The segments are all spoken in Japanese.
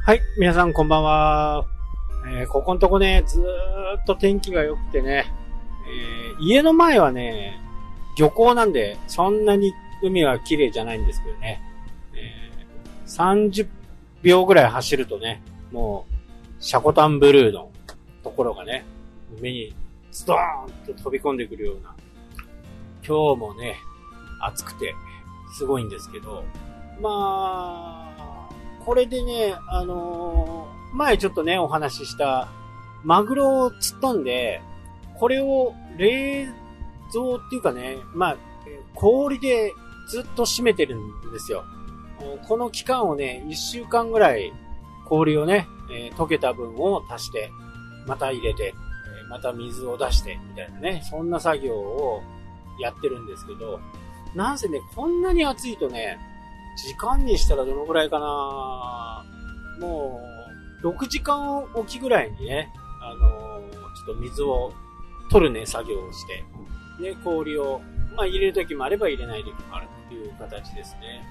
はい、皆さんこんばんは。ここのとこね、ずーっと天気が良くてね、家の前はね、漁港なんで、そんなに海は綺麗じゃないんですけどね、30秒ぐらい走るとね、もう、シャコタンブルーのところがね、目にストーンと飛び込んでくるような、今日もね、暑くて、すごいんですけど、まあ、これでね、前ちょっとね、お話しした、マグロを釣ったんで、これを冷蔵っていうかね、氷でずっと締めてるんですよ。この期間をね、1週間ぐらい氷をね、溶けた分を足して、また入れて、また水を出して、みたいなね、そんな作業をやってるんですけど、なんせね、こんなに暑いとね、時間にしたらどのくらいかな、もう、6時間おきぐらいにね、ちょっと水を取るね、作業をして、で、氷を、入れる時もあれば入れない時もあるっていう形ですね。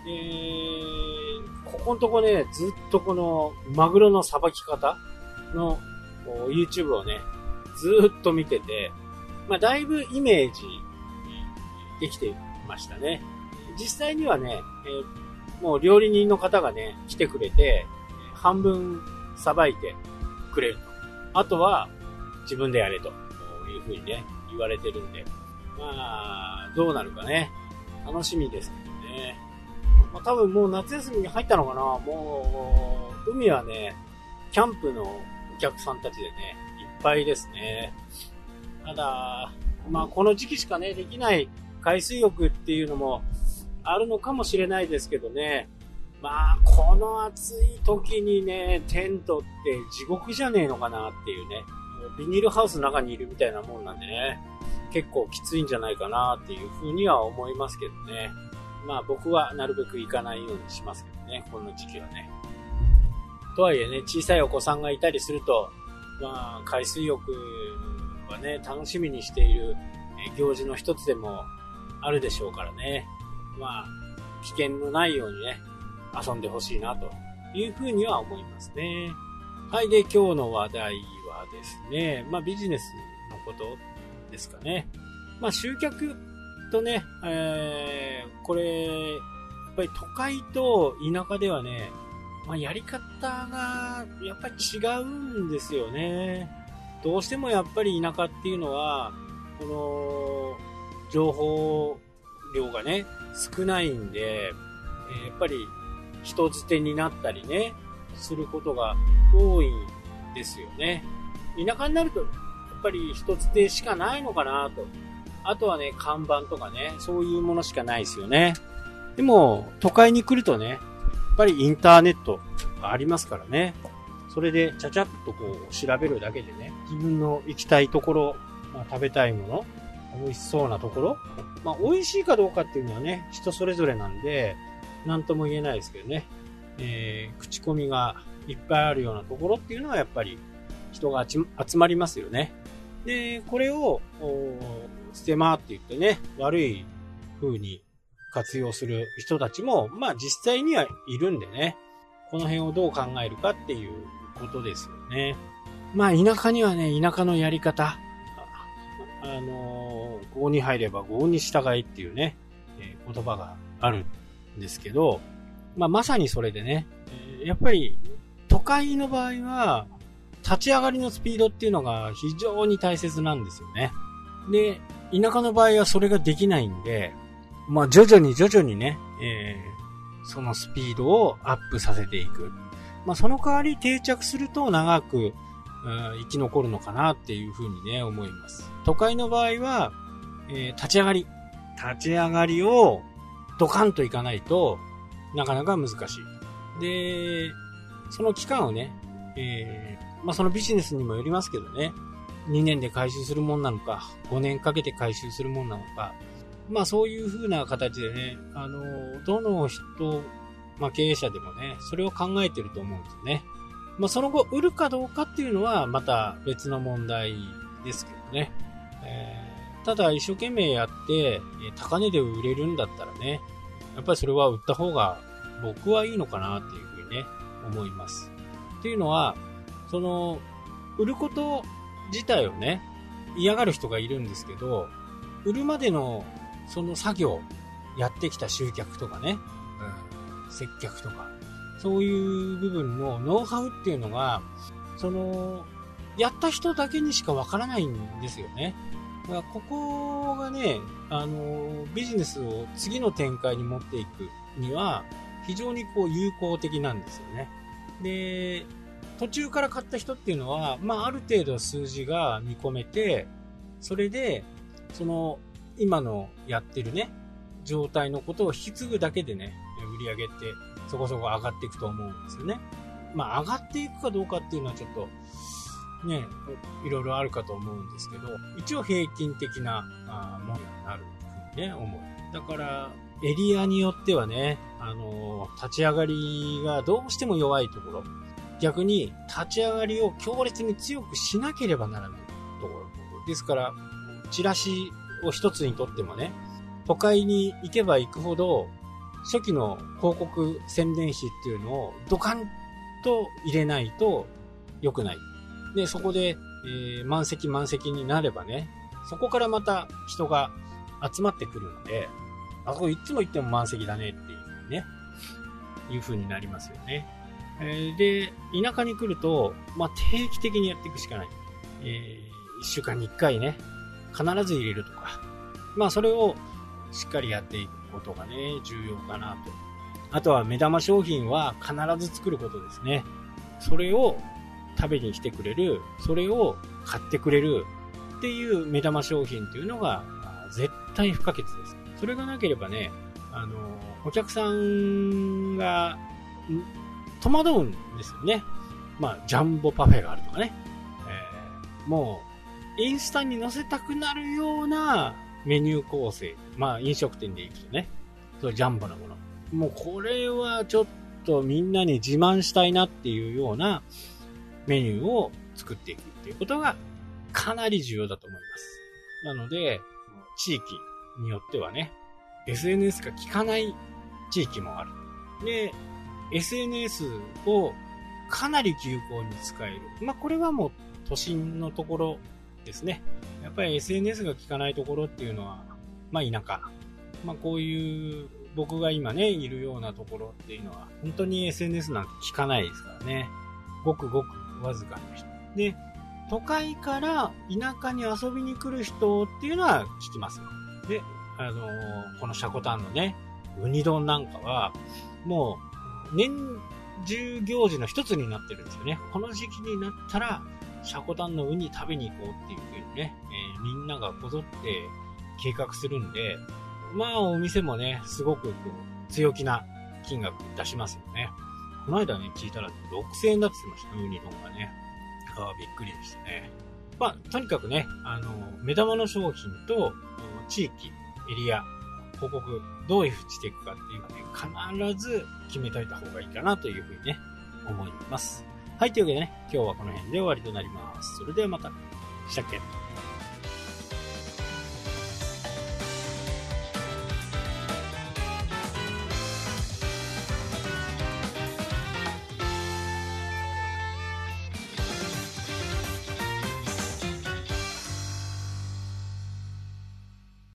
ここのとこね、ずっとこの、マグロのさばき方の YouTube をね、ずっと見てて、だいぶイメージできてましたね。実際にはね、もう料理人の方がね、来てくれて、半分さばいてくれると。あとは自分でやれという風にね、言われてるんで、どうなるかね、楽しみですけどね。多分もう夏休みに入ったのかな。もう、海はね、キャンプのお客さんたちでね、いっぱいですね。ただ、この時期しかね、できない海水浴っていうのもあるのかもしれないですけどね。この暑い時にね、テントって地獄じゃねえのかなっていうね。ビニールハウスの中にいるみたいなもんなんでね。結構きついんじゃないかなっていうふうには思いますけどね。僕はなるべく行かないようにしますけどね。この時期はね。とはいえね、小さいお子さんがいたりすると、海水浴はね、楽しみにしている行事の一つでもあるでしょうからね。危険のないようにね、遊んでほしいなというふうには思いますね。はい。で、今日の話題はですね、ビジネスのことですかね。集客とね、これ、やっぱり都会と田舎ではね、やり方がやっぱり違うんですよね。どうしてもやっぱり田舎っていうのは、この、情報量がね、少ないんで、やっぱり人づてになったりね、することが多いんですよね。田舎になると、やっぱり人づてしかないのかなと。あとはね、看板とかね、そういうものしかないですよね。でも、都会に来るとね、やっぱりインターネットがありますからね。それで、ちゃちゃっとこう、調べるだけでね、自分の行きたいところ、食べたいもの、美味しそうなところ、美味しいかどうかっていうのはね、人それぞれなんで、なんとも言えないですけどね、口コミがいっぱいあるようなところっていうのはやっぱり人が集まりますよね。で、これをステマって言ってね、悪い風に活用する人たちも、実際にはいるんでね、この辺をどう考えるかっていうことですよね。田舎にはね、田舎のやり方、郷に入れば郷に従いっていうね、言葉があるんですけど、まさにそれでね、やっぱり都会の場合は立ち上がりのスピードっていうのが非常に大切なんですよね。で、田舎の場合はそれができないんで、徐々にね、そのスピードをアップさせていく。その代わり定着すると長く生き残るのかなっていうふうにね、思います。都会の場合は、立ち上がりをドカンといかないとなかなか難しい。で、その期間をね、そのビジネスにもよりますけどね、2年で回収するもんなのか、5年かけて回収するもんなのか、そういう風な形でね、どの人、経営者でもね、それを考えてると思うんですよね。その後、売るかどうかっていうのはまた別の問題ですけどね。ただ、一生懸命やって、高値で売れるんだったらね、やっぱりそれは売った方が僕はいいのかなっていうふうにね、 思います。っていうのは、売ること自体をね、嫌がる人がいるんですけど、売るまでのその作業、やってきた集客とかね、接客とか、そういう部分のノウハウっていうのが、やった人だけにしかわからないんですよね。だからここがね、ビジネスを次の展開に持っていくには、非常に有効的なんですよね。で、途中から買った人っていうのは、ある程度数字が見込めて、それで、今のやってるね、状態のことを引き継ぐだけでね、売り上げってそこそこ上がっていくと思うんですよね。上がっていくかどうかっていうのはちょっと、ね、いろいろあるかと思うんですけど、一応平均的なものになるふうにね、思う。だから、エリアによってはね、立ち上がりがどうしても弱いところ、逆に立ち上がりを強烈に強くしなければならないところ。ですから、チラシを一つにとってもね、都会に行けば行くほど、初期の広告宣伝費っていうのをドカンと入れないと良くない。で、そこで、満席になればね、そこからまた人が集まってくるので、あそこいつも行っても満席だねっていう風にね、いう風になりますよね。で、田舎に来ると、定期的にやっていくしかない。1週間に1回ね、必ず入れるとか。それをしっかりやっていくことがね、重要かなと。あとは目玉商品は必ず作ることですね。それを食べに来てくれる、それを買ってくれるっていう目玉商品っていうのが絶対不可欠です。それがなければね、お客さんが戸惑うんですよね。ジャンボパフェがあるとかね。もう、インスタに載せたくなるようなメニュー構成。飲食店で行くとね。そうジャンボなもの。もうこれはちょっとみんなに自慢したいなっていうようなメニューを作っていくっていうことがかなり重要だと思います。なので、地域によってはね、SNS が効かない地域もある。で、SNS をかなり有効に使える。これはもう都心のところですね。やっぱり SNS が効かないところっていうのは、田舎。こういう僕が今ね、いるようなところっていうのは、本当に SNS なんて効かないですからね。ごくごくわずかの人。で、都会から田舎に遊びに来る人っていうのは聞きますよ。で、このシャコタンのね、ウニ丼なんかは、もう、年中行事の一つになってるんですよね。この時期になったら、シャコタンのウニ食べに行こうっていう風にね、みんながこぞって計画するんで、お店もね、すごく強気な金額出しますよね。この間ね、聞いたら6000円だって言ってましたね、ウニ丼がね。びっくりでしたね。とにかくね、目玉の商品と、地域、エリア、広告、どういうふうにしていくかっていうのね、必ず決めといた方がいいかなというふうにね、思います。はい、というわけでね、今日はこの辺で終わりとなります。それではまた。したっけ？